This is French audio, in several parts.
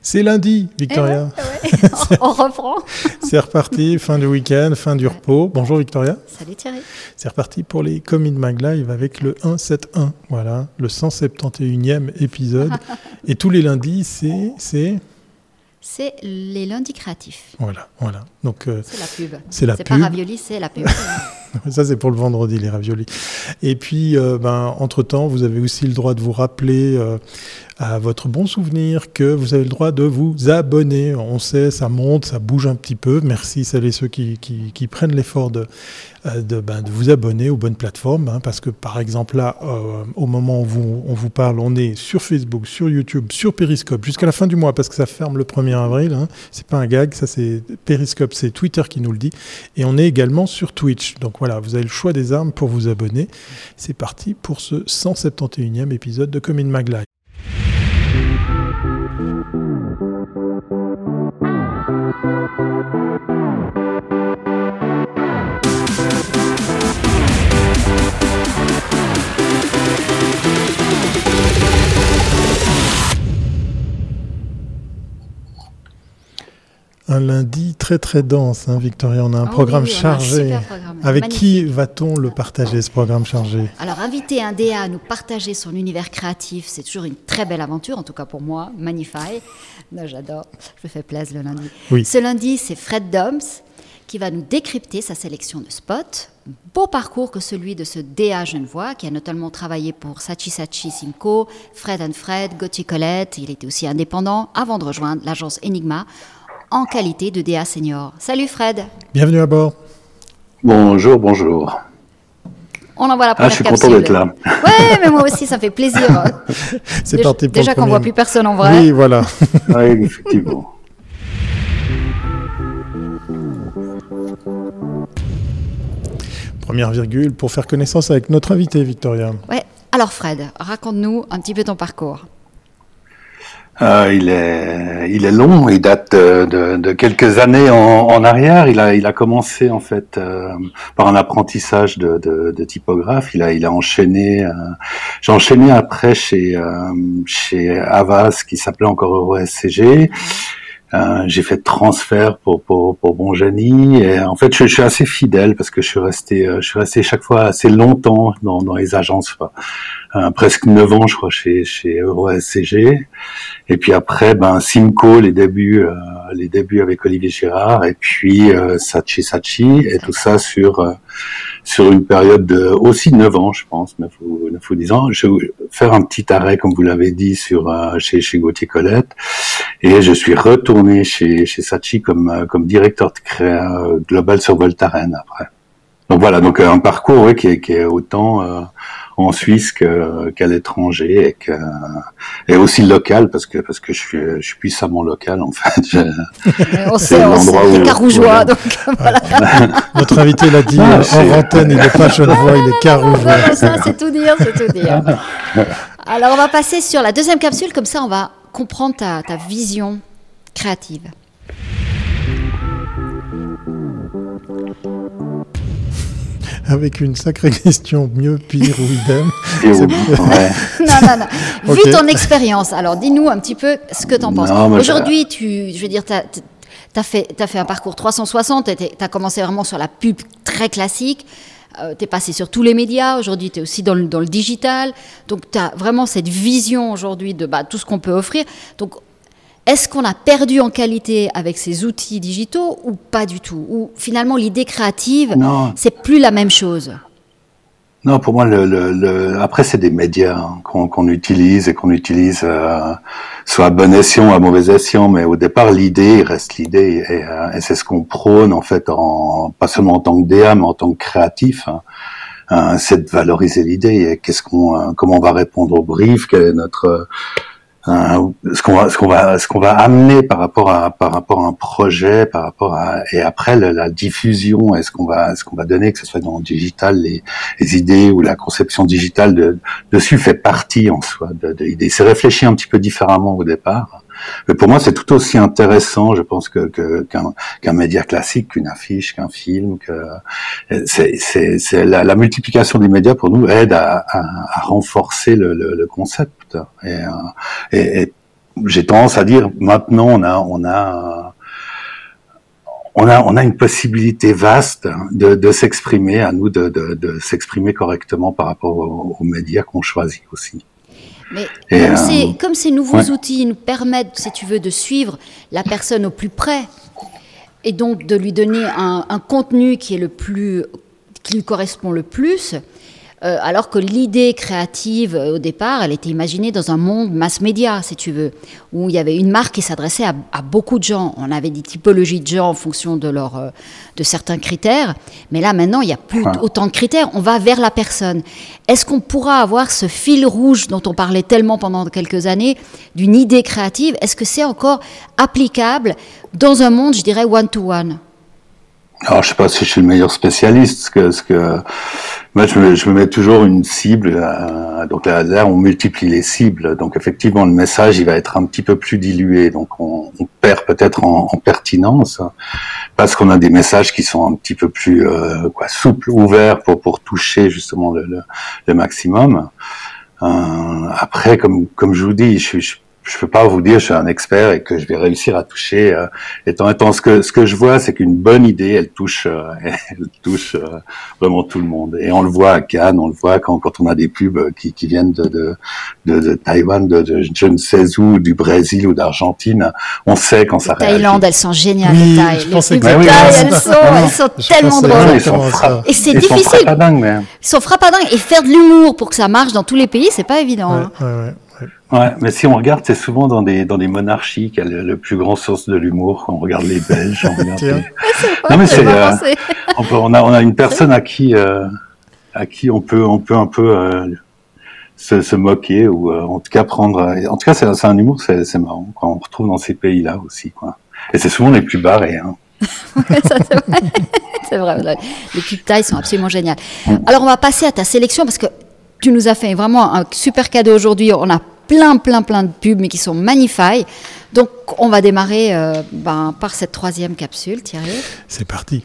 C'est lundi, Victoria. Ouais. On reprend. C'est reparti, fin du week-end, fin du repos. Bonjour Victoria. Salut Thierry. C'est reparti pour les Commit Mag Live avec le 171. Voilà, le 171e épisode. Et tous les lundis, c'est les lundis créatifs. Voilà. Donc, c'est la pub. C'est la pub. Pas ravioli, c'est la pub. Ça, c'est pour le vendredi, les raviolis. Et puis, entre-temps, vous avez aussi le droit de vous rappeler à votre bon souvenir que vous avez le droit de vous abonner. On sait, ça monte, ça bouge un petit peu. Merci celles et ceux qui prennent l'effort de vous abonner aux bonnes plateformes. Parce que, par exemple, là, au moment où on vous parle, on est sur Facebook, sur YouTube, sur Periscope, jusqu'à la fin du mois, parce que ça ferme le 1er avril. C'est pas un gag, ça c'est Periscope, c'est Twitter qui nous le dit. Et on est également sur Twitch. Donc voilà, vous avez le choix des armes pour vous abonner. C'est parti pour ce 171e épisode de Commit Mag Live. Un lundi très très dense, Victoria. On a un programme chargé. Avec qui va-t-on le partager, ce programme chargé ? Alors, inviter un DA à nous partager son univers créatif, c'est toujours une très belle aventure, en tout cas pour moi, Manify. Non, j'adore, je me fais plaisir le lundi. Oui. Ce lundi, c'est Fred Doms qui va nous décrypter sa sélection de spots. Beau parcours que celui de ce DA genevois qui a notamment travaillé pour Saatchi Saatchi Simco, Fred & Fred, Gauthier Colette. Il était aussi indépendant avant de rejoindre l'agence Enigma en qualité de DA senior. Salut Fred. Bienvenue à bord. Bonjour. On envoie la première capsule. Je suis content d'être là. Ouais, mais moi aussi, ça fait plaisir. C'est parti pour déjà qu'on voit plus personne en vrai. Oui, voilà. Oui, effectivement. Première virgule pour faire connaissance avec notre invité, Victoria. Ouais. Alors Fred, raconte-nous un petit peu ton parcours. Il est long, il date de quelques années en arrière. Il a commencé en fait par un apprentissage de typographe. Il a enchaîné. J'ai enchaîné après chez Havas, qui s'appelait encore EuroSCG. J'ai fait transfert pour Bonjani, et en fait je suis assez fidèle parce que je suis resté chaque fois assez longtemps dans les agences, presque 9 ans je crois chez EuroSCG, et puis après Simco, les débuts avec Olivier Girard, et puis Saatchi, et tout ça sur une période de aussi 9 ans, je pense, 9 ou 10 ans. Je vais faire un petit arrêt, comme vous l'avez dit, chez Gauthier Colette, et je suis retourné chez Saatchi comme directeur de créa global sur Voltaren après. Donc voilà, donc un parcours qui est autant en Suisse qu'à l'étranger, et aussi local, parce que je suis puissamment local en fait. On sait, t'es carougeois, donc voilà. Notre invité l'a dit en antenne, il n'est pas genevois, il est carougeois. Ouais, ça, c'est tout dire. Alors on va passer sur la deuxième capsule, comme ça on va comprendre ta vision créative. Avec une sacrée question, mieux, pire ou idem. Non. Vu ton expérience, alors dis-nous un petit peu ce que tu en penses. Aujourd'hui, t'as fait un parcours 360, t'as commencé vraiment sur la pub très classique, t'es passé sur tous les médias, aujourd'hui t'es aussi dans le digital, donc t'as vraiment cette vision aujourd'hui de tout ce qu'on peut offrir. Donc, est-ce qu'on a perdu en qualité avec ces outils digitaux ou pas du tout ? Ou finalement l'idée créative, c'est plus la même chose ? Non, pour moi, après c'est des médias qu'on utilise, et qu'on utilise soit à bon escient ou à mauvais escient, mais au départ l'idée reste l'idée, et c'est ce qu'on prône en fait, pas seulement en tant que DA, mais en tant que créatif. C'est de valoriser l'idée, et comment on va répondre au brief, quel est notre ce qu'on va amener par rapport à un projet, et après la diffusion, est-ce qu'on va donner, que ce soit dans le digital, les idées, ou la conception digitale dessus fait partie en soi de l'idée. C'est réfléchi un petit peu différemment au départ. Mais pour moi, c'est tout aussi intéressant, je pense, qu'un média classique, qu'une affiche, qu'un film. C'est la multiplication des médias pour nous aide à renforcer le concept. Et j'ai tendance à dire maintenant on a une possibilité vaste de s'exprimer, à nous de s'exprimer correctement par rapport aux médias qu'on choisit aussi. Mais comme ces nouveaux outils nous permettent, si tu veux, de suivre la personne au plus près et donc de lui donner un contenu qui lui correspond le plus, alors que l'idée créative, au départ, elle était imaginée dans un monde mass-média, si tu veux, où il y avait une marque qui s'adressait à beaucoup de gens. On avait des typologies de gens en fonction de certains critères, mais là, maintenant, il n'y a plus autant de critères. On va vers la personne. Est-ce qu'on pourra avoir ce fil rouge dont on parlait tellement pendant quelques années, d'une idée créative? Est-ce que c'est encore applicable dans un monde, je dirais, one-to-one? Alors, je sais pas si je suis le meilleur spécialiste, moi, je me mets toujours une cible, donc là, on multiplie les cibles, donc effectivement, le message, il va être un petit peu plus dilué, donc on perd peut-être en pertinence, parce qu'on a des messages qui sont un petit peu plus, souples, ouverts pour toucher, justement, le maximum. Après, comme je vous dis, je peux pas vous dire je suis un expert et que je vais réussir à toucher étant ce que je vois, c'est qu'une bonne idée elle touche vraiment tout le monde, et on le voit à Cannes, on le voit quand on a des pubs qui viennent de Taïwan, de je ne sais où, du Brésil ou d'Argentine, on sait quand ça réagit. Thaïlande, elles sont géniales, oui, les pubs de Thaï, elles sont tellement drôles. Et c'est difficile. Ils sont frappadingues, et faire de l'humour pour que ça marche dans tous les pays, c'est pas évident. Ouais, mais si on regarde, c'est souvent dans des monarchies qu'il y a le plus grand source de l'humour. On regarde les Belges, on regarde non mais on a une personne à qui on peut un peu se moquer, ou en tout cas prendre. En tout cas, c'est un humour, c'est marrant. On retrouve dans ces pays-là aussi, quoi. Et c'est souvent les plus barrés. Ça, c'est vrai. C'est vrai. Les pubs Thaï sont absolument géniales. Alors, on va passer à ta sélection parce que tu nous as fait vraiment un super cadeau aujourd'hui. On a plein de pubs, mais qui sont magnifiques. Donc, on va démarrer par cette troisième capsule, Thierry. C'est parti.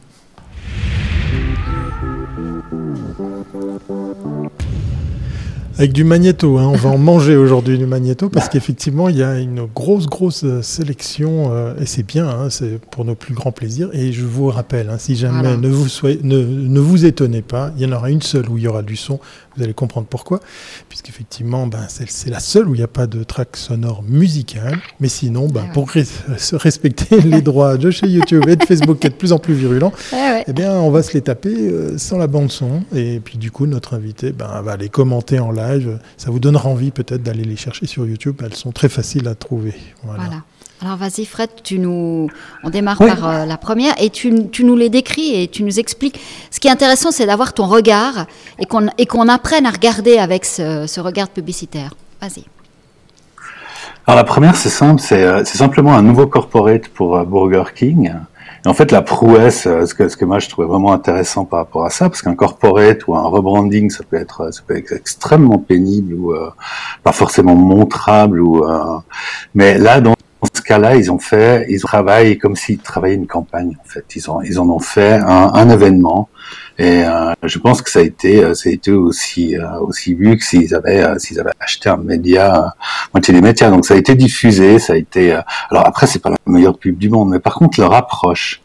Avec du magnéto, on va en manger aujourd'hui du magnéto, parce qu'effectivement il y a une grosse sélection, et c'est bien, c'est pour nos plus grands plaisirs. Et je vous rappelle, si jamais ne vous étonnez pas, il y en aura une seule où il y aura du son, vous allez comprendre pourquoi, puisqu'effectivement c'est la seule où il n'y a pas de track sonore musical, mais sinon pour respecter les droits de chez YouTube et de Facebook qui est de plus en plus virulent, eh bien on va se les taper sans la bande son, et puis du coup notre invité va les commenter en live. Ça vous donnera envie peut-être d'aller les chercher sur YouTube. Elles sont très faciles à trouver. Voilà. Alors vas-y Fred, on démarre par la première, et tu nous les décris et tu nous expliques. Ce qui est intéressant, c'est d'avoir ton regard et qu'on apprenne à regarder avec ce regard publicitaire. Vas-y. Alors la première, c'est simple, c'est simplement un nouveau corporate pour Burger King. Et en fait, la prouesse, ce que moi je trouvais vraiment intéressant par rapport à ça, parce qu'un corporate ou un rebranding, ça peut être extrêmement pénible ou pas forcément montrable, mais là, dans ce cas-là, ils travaillent comme s'ils travaillaient une campagne. En fait, ils en ont fait un événement. Et je pense que ça a été aussi vu que s'ils avaient acheté un média, moitié des médias. Donc ça a été diffusé, ça a été. Alors après, c'est pas la meilleure pub du monde, mais par contre leur approche.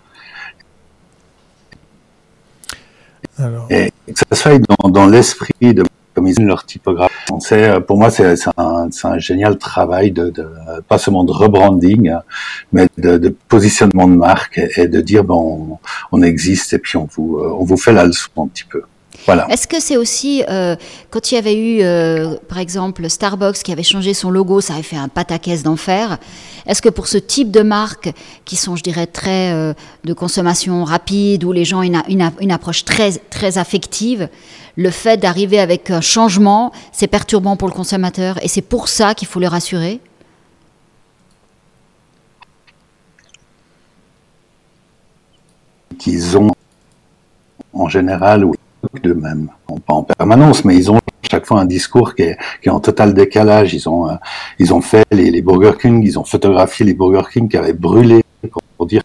Et que ça soit dans l'esprit de comme ils ont leur typographie. Pour moi, c'est un génial travail de pas seulement de rebranding, mais de positionnement de marque et de dire on existe et puis on vous fait la leçon un petit peu. Voilà. Est-ce que c'est aussi, quand il y avait eu, par exemple, Starbucks qui avait changé son logo, ça avait fait un pataquès d'enfer. Est-ce que pour ce type de marques qui sont, je dirais, très de consommation rapide, où les gens ont une approche très, très affective, le fait d'arriver avec un changement, c'est perturbant pour le consommateur et c'est pour ça qu'il faut le rassurer? Qu'ils ont en général d'eux-mêmes, pas en permanence, mais ils ont chaque fois un discours qui est en total décalage. Ils ont fait les Burger King, ils ont photographié les Burger King qui avaient brûlé pour dire.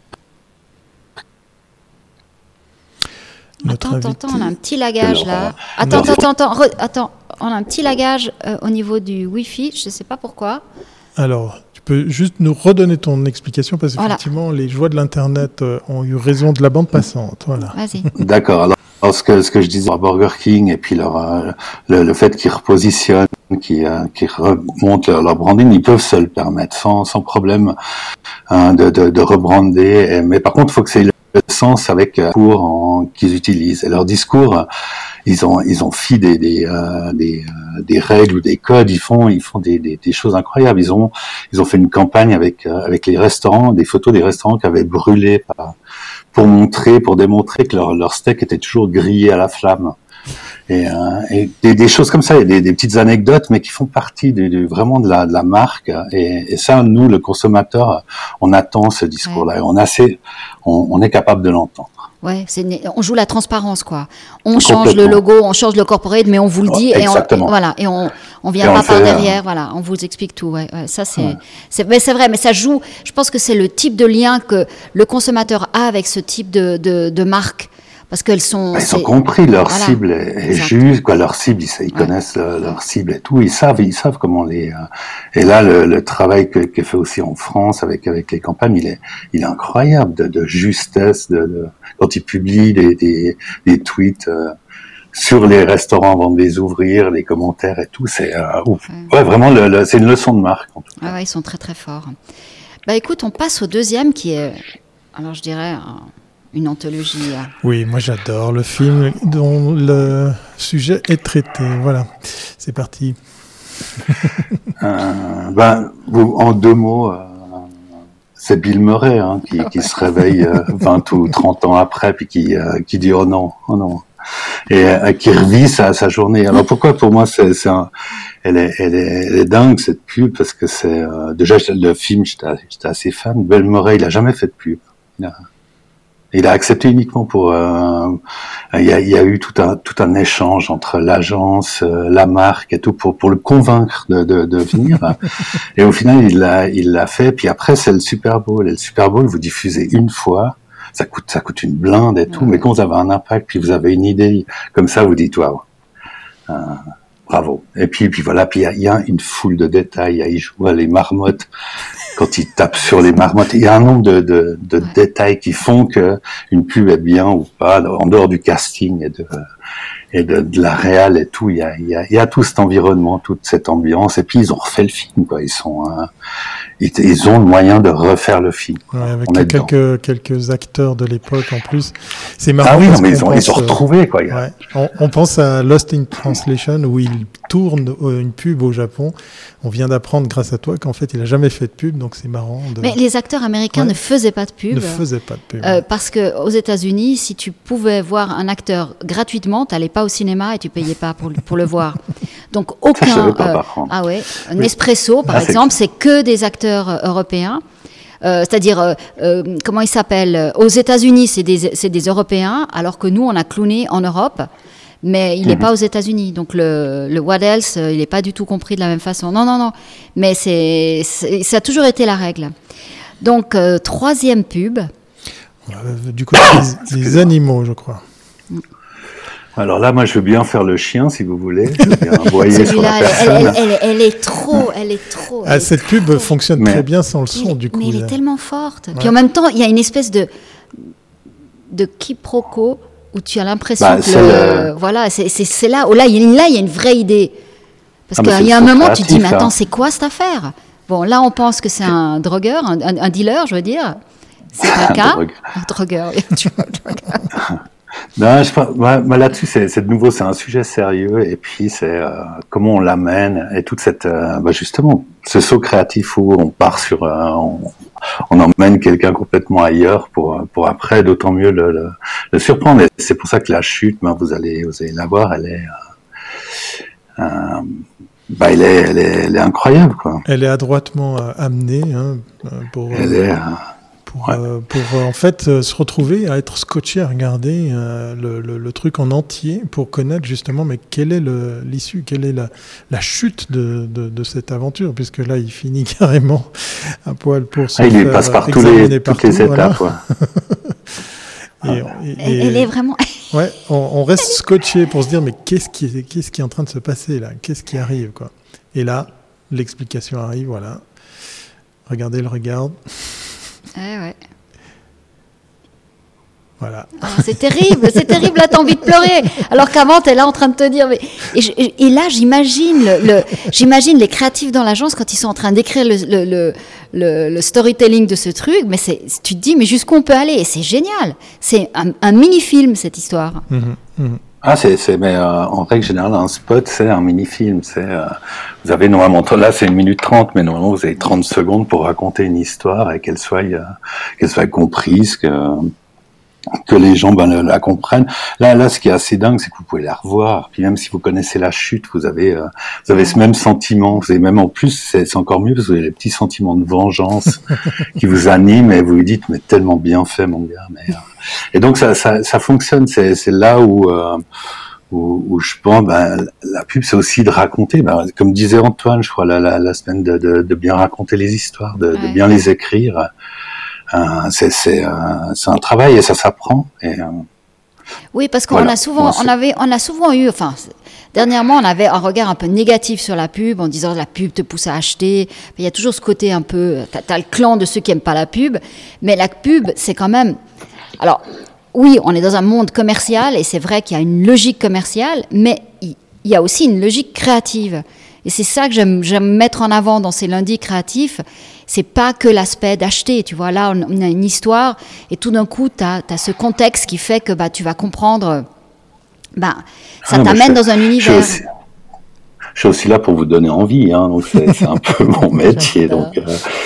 Attends, on a un petit lagage là. Attends, on a un petit lagage au niveau du Wi-Fi, je ne sais pas pourquoi. Alors, tu peux juste nous redonner ton explication parce qu'effectivement, les joies de l'Internet ont eu raison de la bande passante. Voilà. Vas-y. D'accord. Alors, ce que je disais à Burger King et puis le fait qu'ils repositionnent, qu'ils remontent leur branding, ils peuvent se le permettre sans problème de rebrander. Mais par contre, il faut que c'est le sens avec le discours qu'ils utilisent. Et leur discours, ils ont fait des règles ou des codes. Ils font des choses incroyables. Ils ont fait une campagne avec les restaurants, des photos des restaurants qui avaient brûlé pour démontrer que leur steak était toujours grillé à la flamme. Et des choses comme ça, des petites anecdotes, mais qui font partie vraiment de la marque. Et ça, nous, le consommateur, on attend ce discours-là. Et on est capable de l'entendre. Ouais, on joue la transparence, quoi. On change le logo, on change le corporate, mais on vous le dit et on vient pas par derrière, voilà, on vous explique tout. Ouais, ça mais c'est vrai, mais ça joue. Je pense que c'est le type de lien que le consommateur a avec ce type de marque. Parce qu'elles sont. Ils ont compris leur cible est juste, quoi. Leur cible, ils connaissent leur cible et tout. Ils savent comment les. Et là, le travail qui est fait aussi en France avec les campagnes, il est incroyable de justesse, quand ils publient des tweets sur les restaurants avant de les ouvrir, les commentaires et tout. C'est vraiment c'est une leçon de marque. En tout cas. Ah ouais, ils sont très très forts. Bah écoute, on passe au deuxième qui est, alors je dirais. Une anthologie. Oui, moi j'adore le film dont le sujet est traité. Voilà, c'est parti. En 2 mots, c'est Bill Murray qui se réveille 20 ou 30 ans après puis qui dit oh non. Et qui revit sa journée. Alors pourquoi pour moi elle est dingue cette pub parce que c'est déjà le film j'étais assez fan. Bill Murray il a jamais fait de pub. Il a accepté uniquement pour. Il y a eu tout un échange entre l'agence, la marque et tout pour le convaincre de venir. Et au final, il l'a fait. Puis après, c'est le Super Bowl. Et le Super Bowl, vous diffusez une fois. Ça coûte une blinde et tout. Mais quand vous avez un impact, puis vous avez une idée comme ça, vous dites waouh. Bravo. Et puis voilà. Puis il y a une foule de détails. Il joue à les marmottes. Quand ils tapent sur les marmottes, il y a un nombre de détails qui font que une pub est bien ou pas, en dehors du casting et de la réal et tout. Il y a tout cet environnement, toute cette ambiance. Et puis ils ont refait le film, quoi. Ils ont le moyen de refaire le film. Ouais, avec quelques acteurs de l'époque en plus. C'est marrant. Ah oui, mais ils ont retrouvé, quoi. Ouais. On pense à Lost in Translation où il tourne une pub au Japon. On vient d'apprendre grâce à toi qu'en fait il a jamais fait de pub, donc c'est marrant. Mais les acteurs américains ne faisaient pas de pub. Parce que aux États-Unis, si tu pouvais voir un acteur gratuitement, t'allais pas au cinéma et tu payais pas pour le voir. Donc aucun. Nespresso, par exemple, c'est que des acteurs européens. C'est-à-dire, comment ils s'appellent ? Aux États-Unis, c'est des Européens, alors que nous, on a Clooney en Europe. Mais il n'est pas aux États-Unis, donc le What Else, il n'est pas du tout compris de la même façon. Non. Mais ça a toujours été la règle. Donc, 3e pub. Du coup, les animaux, je crois. Alors là, moi, je veux bien faire le chien, si vous voulez. Elle est trop. Cette pub fonctionne très bien sans le son, du coup. Mais elle est tellement forte. Ouais. Puis en même temps, il y a une espèce de quiproquo où tu as l'impression c'est là. Là, il y a une vraie idée. Parce qu'il y a un moment, tu te dis, mais attends, c'est quoi cette affaire ? Bon, là, on pense que c'est un drogueur, un dealer, je veux dire. C'est pas le cas. Un drogueur. Non, là-dessus, c'est de nouveau, c'est un sujet sérieux, et puis c'est comment on l'amène, et toute cette, justement, ce saut créatif où on part sur, on emmène quelqu'un complètement ailleurs pour après, d'autant mieux le surprendre. Et c'est pour ça que la chute, vous allez la voir, elle est incroyable, quoi. Elle est adroitement amenée, pour. Pour en fait se retrouver à être scotché, à regarder le truc en entier pour connaître justement mais quelle est l'issue, quelle est la chute de cette aventure, puisque là il finit carrément à poil pour se il passe par toutes les étapes. Voilà. Elle est vraiment... Ouais, on reste scotché pour se dire mais qu'est-ce qui est en train de se passer là, qu'est-ce qui arrive, quoi. Et là l'explication arrive, voilà. Regardez le regard. Ouais. Voilà. Oh, c'est terrible, là t'as envie de pleurer. Alors qu'avant t'es là en train de te dire. Et là j'imagine les créatifs dans l'agence quand ils sont en train d'écrire le storytelling de ce truc. Mais tu te dis mais jusqu'où on peut aller? Et c'est génial. C'est un mini-film cette histoire. Mais en règle générale, un spot, c'est un mini-film. Vous avez normalement, là, c'est 1 minute 30, mais normalement, vous avez 30 secondes pour raconter une histoire et qu'elle soit comprise, que les gens la comprennent. Là, ce qui est assez dingue, c'est que vous pouvez la revoir. Puis même si vous connaissez la chute, vous avez ce même sentiment. Vous avez même en plus, c'est encore mieux parce que vous avez les petits sentiments de vengeance qui vous animent et vous vous dites mais tellement bien fait mon gars. Et donc ça fonctionne. C'est là où je pense la pub c'est aussi de raconter. Comme disait Antoine, je crois la semaine de bien raconter les histoires, de bien les écrire. C'est un travail et ça s'apprend. Oui, parce qu'on a souvent eu, dernièrement, on avait un regard un peu négatif sur la pub en disant la pub te pousse à acheter. Il y a toujours ce côté un peu, t'as le clan de ceux qui aiment pas la pub, mais la pub, c'est quand même. Alors, oui, on est dans un monde commercial et c'est vrai qu'il y a une logique commerciale, mais il y a aussi une logique créative. Et c'est ça que j'aime mettre en avant dans ces lundis créatifs. C'est pas que l'aspect d'acheter, tu vois. Là, on a une histoire et tout d'un coup, t'as ce contexte qui fait que tu vas comprendre. Ça t'amène dans un univers. Je suis aussi là pour vous donner envie, donc c'est un peu mon métier. Donc,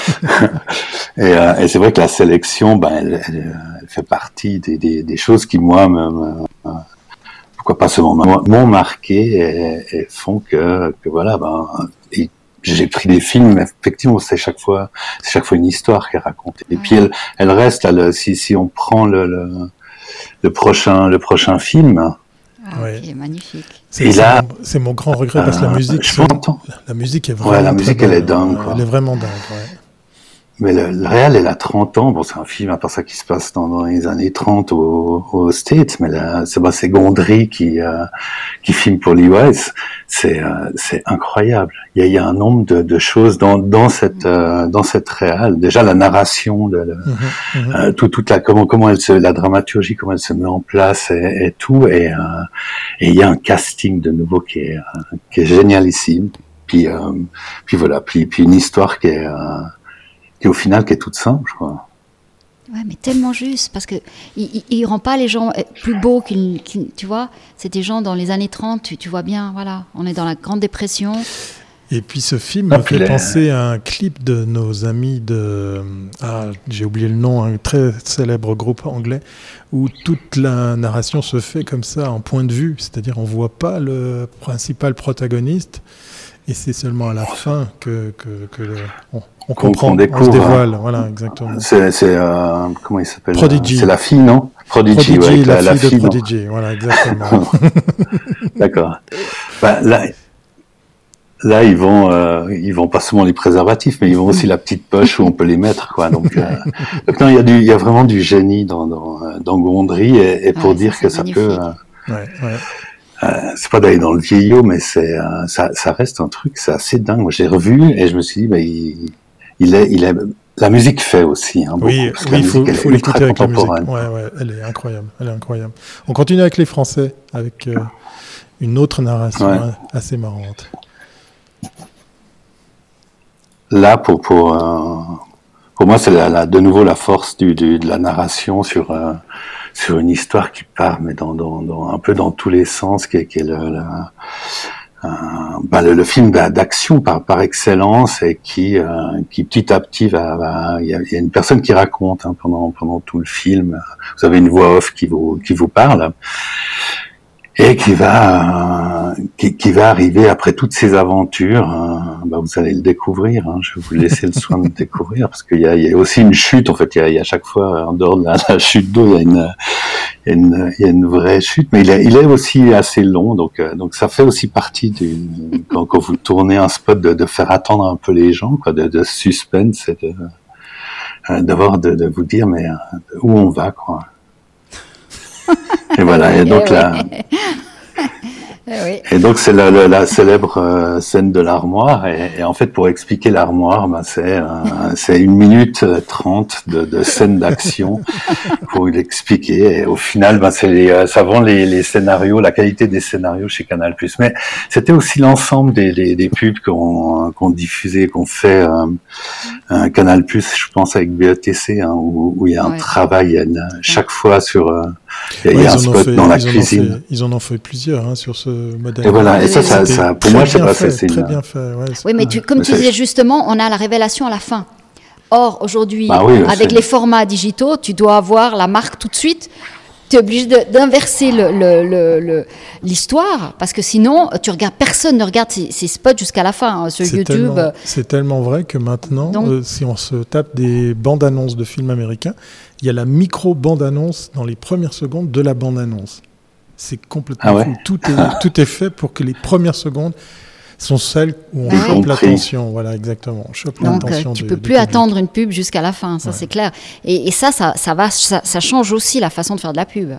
et c'est vrai que la sélection, elle fait partie des choses qui moi pourquoi pas seulement m'ont marqué et font que voilà j'ai pris des films, mais effectivement c'est chaque fois une histoire qui est racontée. Et puis elle reste là, si on prend le prochain film. Qui est magnifique. C'est mon grand regret parce que la musique est vraiment la musique elle est dingue. Elle est vraiment dingue. Ouais. Mais le réel, elle a 30 ans. Bon, c'est un film à part ça qui se passe dans les années 30 aux States, mais là, c'est Gondry qui filme pour l'US. C'est incroyable. Il y a un nombre de choses dans cette réal. Déjà la narration, toute comment la dramaturgie, comment elle se met en place et tout. Et il y a un casting de nouveau qui est génialissime. Puis voilà. Puis une histoire qui au final qui est toute simple, je crois. Ouais, mais tellement juste, parce que il rend pas les gens plus beaux tu vois, c'est des gens dans les années 30, tu vois bien, voilà, on est dans la Grande Dépression. Et puis ce film me fait penser à un clip de nos amis j'ai oublié le nom, un très célèbre groupe anglais, où toute la narration se fait comme ça, en point de vue, c'est-à-dire on voit pas le principal protagoniste, et c'est seulement à la fin on comprend, on se dévoile, voilà, exactement. C'est comment il s'appelle? Prodigy. C'est la fille, non? Prodigy, ouais, la fille de Prodigy, voilà, exactement. D'accord. Là, ils vont pas seulement les préservatifs, mais ils vont aussi la petite poche où on peut les mettre, quoi. Donc non, il y a vraiment du génie dans Gondry et pour dire que ça peut. C'est pas d'aller dans le vieillot, mais ça reste un truc, c'est assez dingue. Moi, j'ai revu et je me suis dit, il est la musique fait aussi, beaucoup, parce que la musique, elle est ultra contemporaine. Ouais, elle est incroyable. On continue avec les Français, avec une autre narration assez marrante. Là, pour moi, c'est de nouveau la force de la narration sur une histoire qui part, mais un peu dans tous les sens, qui est le film d'action par excellence, et qui petit à petit il y a une personne qui raconte pendant tout le film. Vous avez une voix off qui vous parle. Et qui va arriver après toutes ces aventures. Vous allez le découvrir. Je vais vous laisser le soin de le découvrir, parce qu'il y a aussi une chute. En fait, il y a chaque fois, en dehors de la chute d'eau, il y a une vraie chute. Mais il est aussi assez long, donc ça fait aussi partie quand vous tournez un spot de faire attendre un peu les gens, quoi, de suspense, et de vous dire mais où on va, quoi. Et voilà, et donc là... Et donc c'est la célèbre scène de l'armoire. Et en fait, pour expliquer l'armoire, c'est 1 minute 30 de scène d'action pour l'expliquer. Et au final, ça vend les scénarios, la qualité des scénarios chez Canal+. Mais c'était aussi l'ensemble des pubs qu'on diffusait, qu'on fait Canal+, je pense avec BETC, où il y a un travail chaque fois sur... il y a un spot dans la cuisine. Ils en ont fait plusieurs sur ce modèle. Et voilà, et ça pour moi, je sais pas, c'est très bien fait. Oui, mais comme tu disais justement, on a la révélation à la fin. Or, aujourd'hui, avec les formats digitaux, tu dois avoir la marque tout de suite. Tu es obligé d'inverser l'histoire, parce que sinon, personne ne regarde ces spots jusqu'à la fin sur YouTube. C'est tellement vrai que maintenant, si on se tape des bandes annonces de films américains, il y a la micro-bande-annonce dans les premières secondes de la bande-annonce. C'est complètement fou. Tout est fait pour que les premières secondes sont celles où on chope l'attention. Voilà, exactement. On chope l'attention. Tu ne peux plus attendre une pub jusqu'à la fin, ça c'est clair. Et ça change aussi la façon de faire de la pub.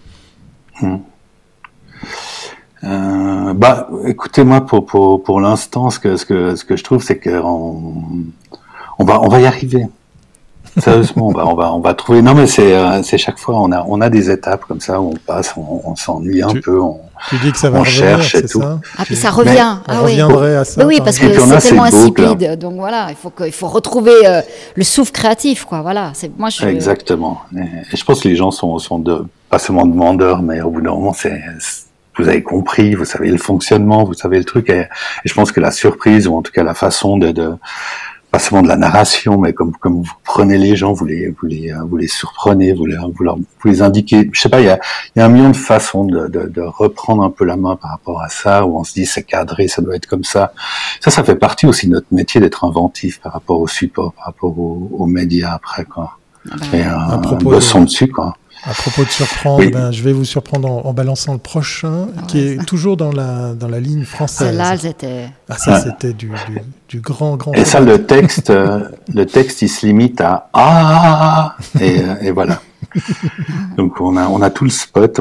Écoutez, moi, pour l'instant, ce que je trouve, c'est qu'on va y arriver. Sérieusement, on va trouver. Non, mais c'est chaque fois, on a des étapes comme ça où on passe, on s'ennuie un peu, tu dis que ça va cherche revenir, et tout. Ça puis ça revient. On reviendrait à ça. Oui, parce que c'est tellement insipide. Donc voilà, il faut retrouver le souffle créatif, quoi. Voilà. Exactement. Et je pense que les gens sont pas seulement demandeurs, mais au bout d'un moment, vous avez compris, vous savez le fonctionnement, vous savez le truc, et je pense que la surprise, ou en tout cas la façon pas seulement de la narration, mais comme vous prenez les gens, vous les surprenez, vous les indiquez. Je sais pas, il y a 1 million de façons de reprendre un peu la main par rapport à ça, où on se dit c'est cadré, ça doit être comme ça. Ça fait partie aussi de notre métier d'être inventif par rapport au support, par rapport aux médias après, quoi. Et bossons dessus, quoi. À propos de surprendre, je vais vous surprendre en balançant le prochain, qui est toujours dans la ligne française. Celle-là, c'était... c'était du grand... Et ça, le texte, il se limite à et voilà. Donc on a tout le spot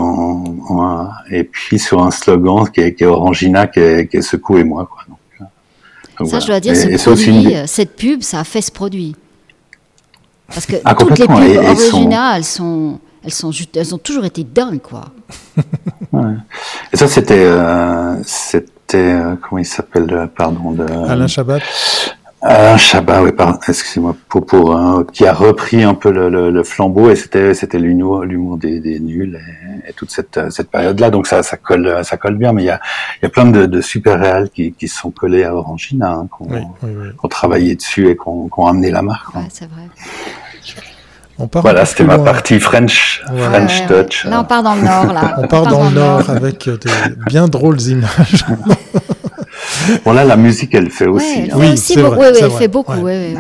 et puis sur un slogan qui est Orangina, qui est secouez-moi, quoi. Donc ça, je dois dire, cette pub, ça a fait ce produit. Parce que toutes les pubs originales, elles ont toujours été dingues, quoi. Et ça, c'était comment il s'appelle, pardon, Alain Chabat. Alain Chabat, oui, pardon, excusez-moi, qui a repris un peu le flambeau, et c'était l'humour des nuls et toute cette période-là. Donc ça colle bien, mais il y a plein de super réals qui se sont collés à Orangina, qui ont travaillé dessus et qui ont amené la marque. Ouais, c'est vrai. Voilà, c'était ma partie French Touch. Là, on part dans le Nord, là. On part dans le Nord avec des bien drôles images. Bon, là, la musique, elle fait aussi. Oui, c'est vrai. Elle fait beaucoup. Il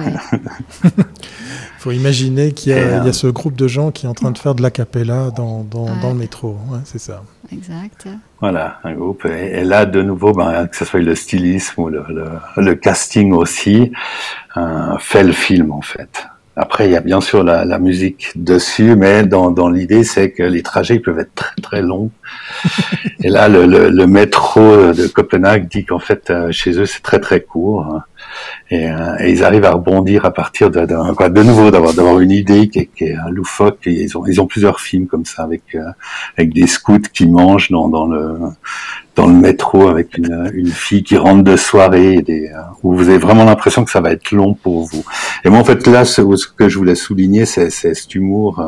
faut imaginer qu'il y a ce groupe de gens qui est en train de faire de l'acapella dans le métro. Ouais, c'est ça. Exact. Voilà, un groupe. Et là, de nouveau, que ce soit le stylisme ou le casting aussi, fait le film, en fait. Après, il y a bien sûr la musique dessus, mais dans l'idée, c'est que les trajets peuvent être très très longs. Et là, le métro de Copenhague dit qu'en fait, chez eux, c'est très très court. Et ils arrivent à rebondir à partir de nouveau d'avoir une idée qui est loufoque. Et ils ont plusieurs films comme ça avec des scouts qui mangent dans le métro avec une fille qui rentre de soirée, où vous avez vraiment l'impression que ça va être long pour vous. Et moi, en fait, là, ce que je voulais souligner, c'est cet humour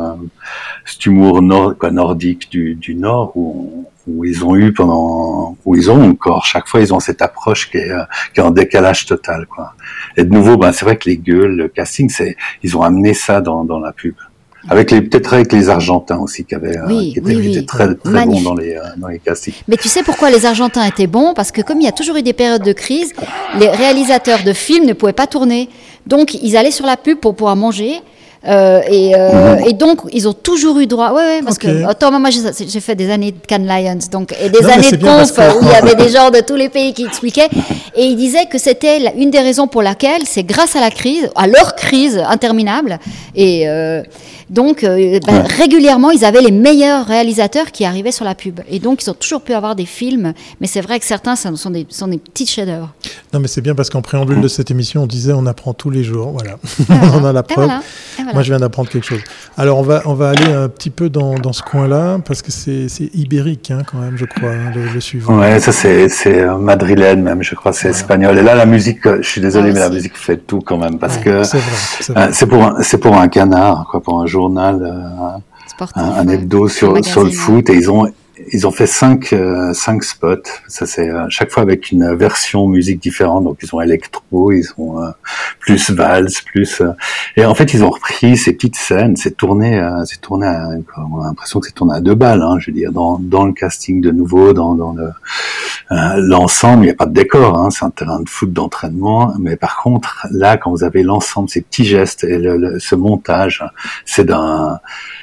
nordique du Nord, où ils ont eu où ils ont encore, chaque fois, ils ont cette approche qui est en décalage total, quoi. Et de nouveau, c'est vrai que les gueules, le casting, ils ont amené ça dans la pub. Peut-être avec les Argentins aussi qui étaient très très bons dans les castings. Mais tu sais pourquoi les Argentins étaient bons? Parce que comme il y a toujours eu des périodes de crise, les réalisateurs de films ne pouvaient pas tourner. Donc ils allaient sur la pub pour pouvoir manger. Et donc, ils ont toujours eu droit. Ouais, parce que attends, moi, j'ai fait des années de Cannes Lions, donc et des années de conf où il y avait des gens de tous les pays qui expliquaient, et ils disaient que c'était une des raisons pour laquelle c'est grâce à la crise, à leur crise interminable, et donc régulièrement ils avaient les meilleurs réalisateurs qui arrivaient sur la pub, et donc ils ont toujours pu avoir des films, mais c'est vrai que certains sont des petits chefs-d'œuvre. Non, mais c'est bien parce qu'en préambule de cette émission on disait on apprend tous les jours, voilà. On en a la preuve. Voilà. Moi je viens d'apprendre quelque chose. Alors on va aller un petit peu dans ce coin-là parce que c'est ibérique hein, quand même, je crois, hein, le suivant. Ouais, ça c'est madrilène même, je crois, c'est espagnol. Et là la music, je suis désolé, mais la musique fait tout quand même parce que c'est vrai. C'est pour un canard, quoi, pour un journal, sportif, un hebdo sur le foot, et ils ont fait 5 spots. Ça c'est chaque fois avec une version musique différente. Donc ils ont électro, ils ont plus valse, plus et en fait ils ont repris ces petites scènes. C'est tourné on a l'impression que c'est tourné à 2 balles. Hein, je veux dire dans le casting de nouveau, dans l'ensemble. Il n'y a pas de décor. Hein, c'est un terrain de foot d'entraînement. Mais par contre là, quand vous avez l'ensemble, ces petits gestes et ce montage, c'est d'un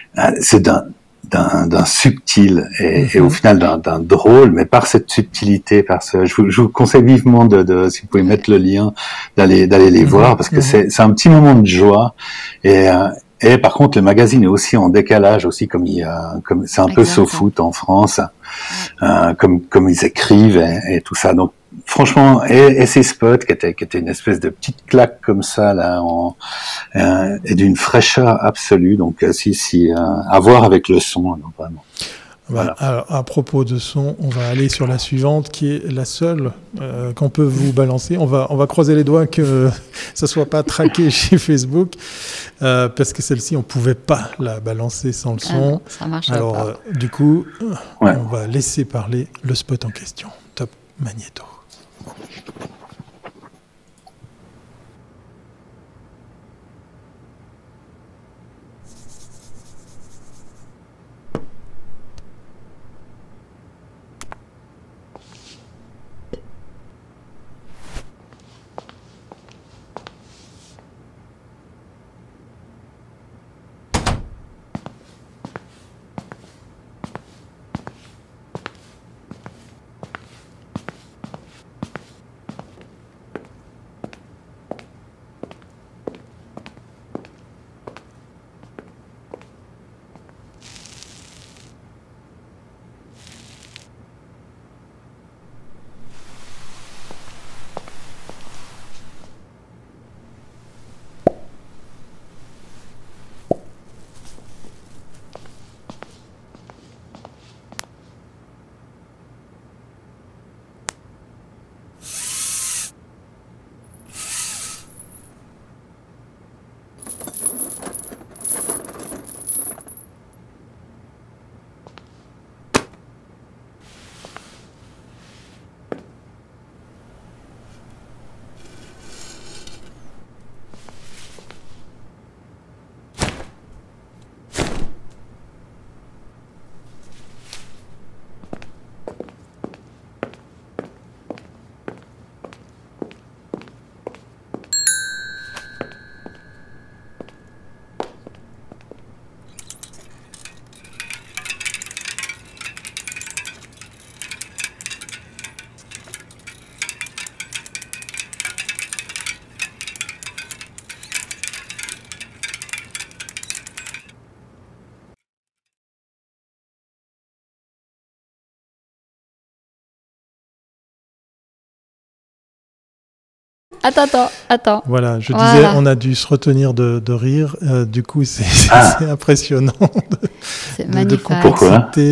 subtil et au final d'un drôle, mais par cette subtilité, je vous conseille vivement si vous pouvez mettre le lien, d'aller les voir, parce que c'est un petit moment de joie, et par contre le magazine est aussi en décalage aussi, comme c'est un peu SoFoot en France, comme ils écrivent et tout ça. Donc franchement, et ces spots qui étaient une espèce de petite claque comme ça là, et d'une fraîcheur absolue. Donc à voir avec le son, donc, vraiment. Voilà. Alors, à propos de son, on va aller sur la suivante, qui est la seule qu'on peut vous balancer. On va croiser les doigts que ça soit pas traqué chez Facebook, parce que celle-ci, on pouvait pas la balancer sans le son. Non, ça marche pas. Du coup, on va laisser parler le spot en question. Top Magnéto. Attends. Voilà, je disais, on a dû se retenir de rire. Du coup, c'est impressionnant de complexité.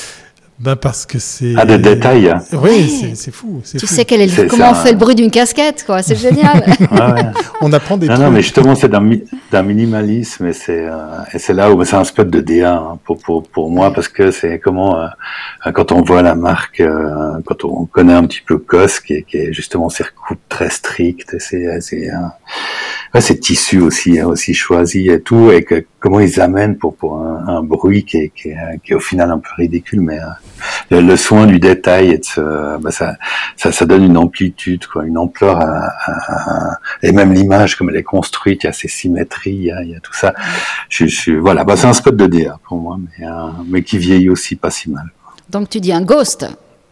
Parce que c'est... des détails. Oui, c'est fou. Tu sais comment on fait le bruit d'une casquette, quoi. C'est génial. On apprend des trucs. Non, mais justement, c'est d'un minimalisme, et c'est là où c'est un spot de DA, hein, pour moi, parce que c'est comment, quand on voit la marque, quand on connaît un petit peu COS, qui est justement ces recoupes très strictes, ces tissus aussi choisis et tout, et comment ils amènent pour un bruit qui est au final un peu ridicule, mais le soin du détail et ça donne une amplitude, quoi, une ampleur et même l'image comme elle est construite, il y a ces symétries, il y a tout ça. Voilà, c'est un spot de DA pour moi, mais qui vieillit aussi pas si mal. Donc tu dis un ghost?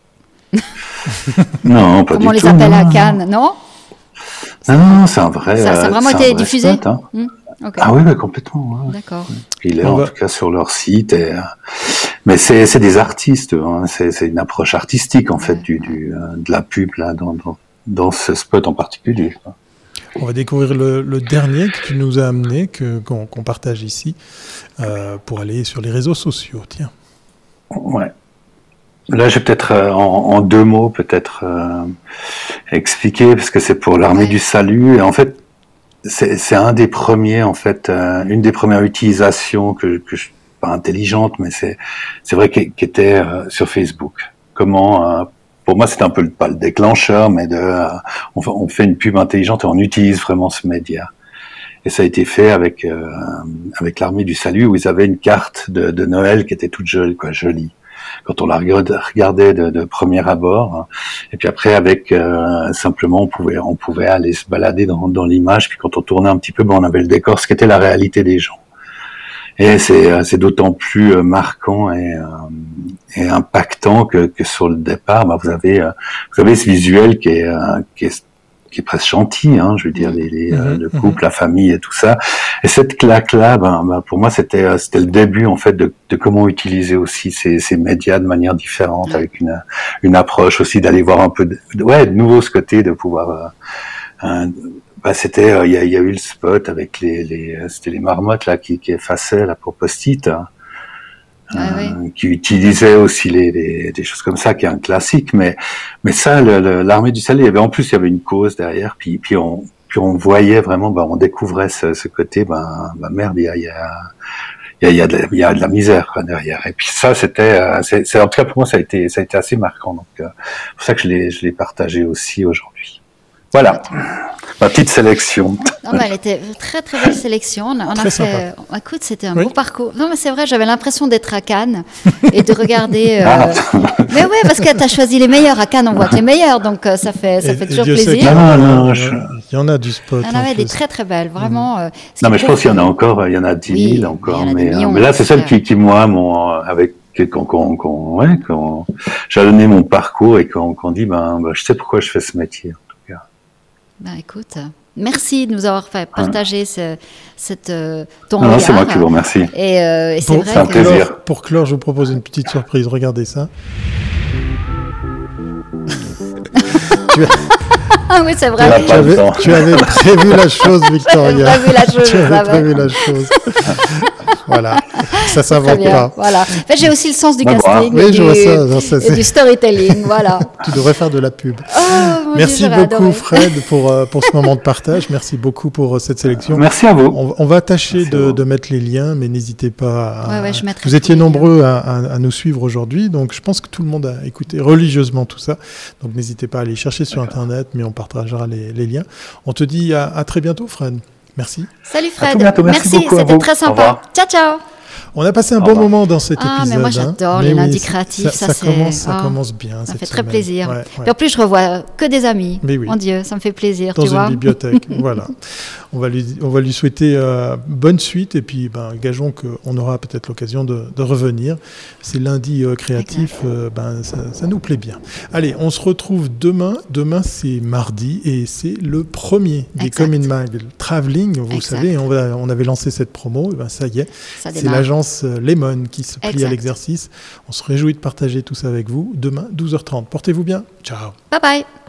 Non, pas du tout. Comment on les appelle à Cannes, non? Non, c'est un vrai. Ça a vraiment été diffusé spot, hein. Okay. Ah oui, complètement. Ouais. D'accord. Il est en tout cas sur leur site. Mais c'est des artistes. Hein. C'est une approche artistique en fait de la pub là dans ce spot en particulier. Quoi. On va découvrir le dernier que tu nous as amené, qu'on partage ici, pour aller sur les réseaux sociaux. Tiens. Ouais. Là, je vais peut-être en 2 mots expliquer parce que c'est pour l'Armée du Salut et en fait c'est un des premiers en fait une des premières utilisations que je pas intelligente mais c'est vrai qui était sur Facebook. Comment pour moi c'était un peu pas le déclencheur mais on fait une pub intelligente et on utilise vraiment ce média. Et ça a été fait avec l'Armée du Salut où ils avaient une carte de Noël qui était toute jolie. Quand on la regardait de premier abord, et puis après avec simplement on pouvait aller se balader dans l'image, puis quand on tournait un petit peu, on avait le décor, ce qui était la réalité des gens. Et c'est d'autant plus marquant et impactant que sur le départ, vous avez ce visuel qui est presque gentil, hein, je veux dire le couple, la famille et tout ça. Et cette claque-là, pour moi, c'était le début en fait de comment utiliser aussi ces médias de manière différente, avec une approche aussi d'aller voir un peu de nouveau ce côté de pouvoir. C'était il y a eu le spot avec c'était les marmottes là qui effaçaient là pour post-it. Qui utilisait aussi des choses comme ça, qui est un classique, mais ça, l'Armée du Salut, il y avait une cause derrière, puis on voyait vraiment, on découvrait ce côté, merde, il y a de la misère quoi, derrière. Et puis ça, c'est en tout cas pour moi, ça a été assez marquant. Donc, c'est pour ça que je l'ai partagé aussi aujourd'hui. Voilà, ma petite sélection. Non, mais elle était très très belle sélection. On a fait. Écoute, c'était un beau parcours. Non, mais c'est vrai, j'avais l'impression d'être à Cannes et de regarder. Mais ouais, parce que tu as choisi les meilleurs. À Cannes, on voit que les meilleurs, donc ça fait toujours plaisir. Il y en a du spot. Il y en avait des très très belles, vraiment. Non, mais je pense qu'il y en a encore. Il y en a 10 000 encore. Mais là, c'est celle qui moi, quand jalonnais mon parcours et qu'on dit, je sais pourquoi je fais ce métier. Écoute, merci de nous avoir partagé ton regard. Non, c'est moi qui vous remercie. Et c'est vrai un plaisir. Pour clore, je vous propose une petite surprise. Regardez ça. Ah oui, c'est vrai. Tu avais prévu la chose, Victoria. Tu avais prévu la chose. Voilà, ça s'invente pas. Voilà. En fait, j'ai aussi le sens du casting et du storytelling. Voilà. Tu devrais faire de la pub. Merci beaucoup, Fred, pour ce moment de partage. Merci beaucoup pour cette sélection. Merci à vous. On va tâcher de mettre les liens, mais n'hésitez pas je vous étiez nombreux à nous suivre aujourd'hui, donc je pense que tout le monde a écouté religieusement tout ça. Donc n'hésitez pas à aller chercher sur Internet, mais on partagera les liens. On te dit à très bientôt, Fred. Merci. Salut Fred. À tout bientôt. Merci beaucoup, c'était très sympa. Ciao, ciao. On a passé un bon moment dans cet épisode. Mais moi j'adore les lundis créatifs. Ça commence bien. Ça fait très plaisir. Et en plus, je revois que des amis. Mon Dieu, ça me fait plaisir. Dans une bibliothèque. Voilà. On va lui souhaiter bonne suite et puis gageons qu'on aura peut-être l'occasion de revenir. Ces lundis créatifs, ça nous plaît bien. Allez, on se retrouve demain. Demain, c'est mardi et c'est le premier des Come In Mag Traveling. Vous savez, on avait lancé cette promo. Et ça y est, c'est l'agence Lemon qui se plie à l'exercice. On se réjouit de partager tout ça avec vous. Demain, 12h30. Portez-vous bien. Ciao. Bye bye.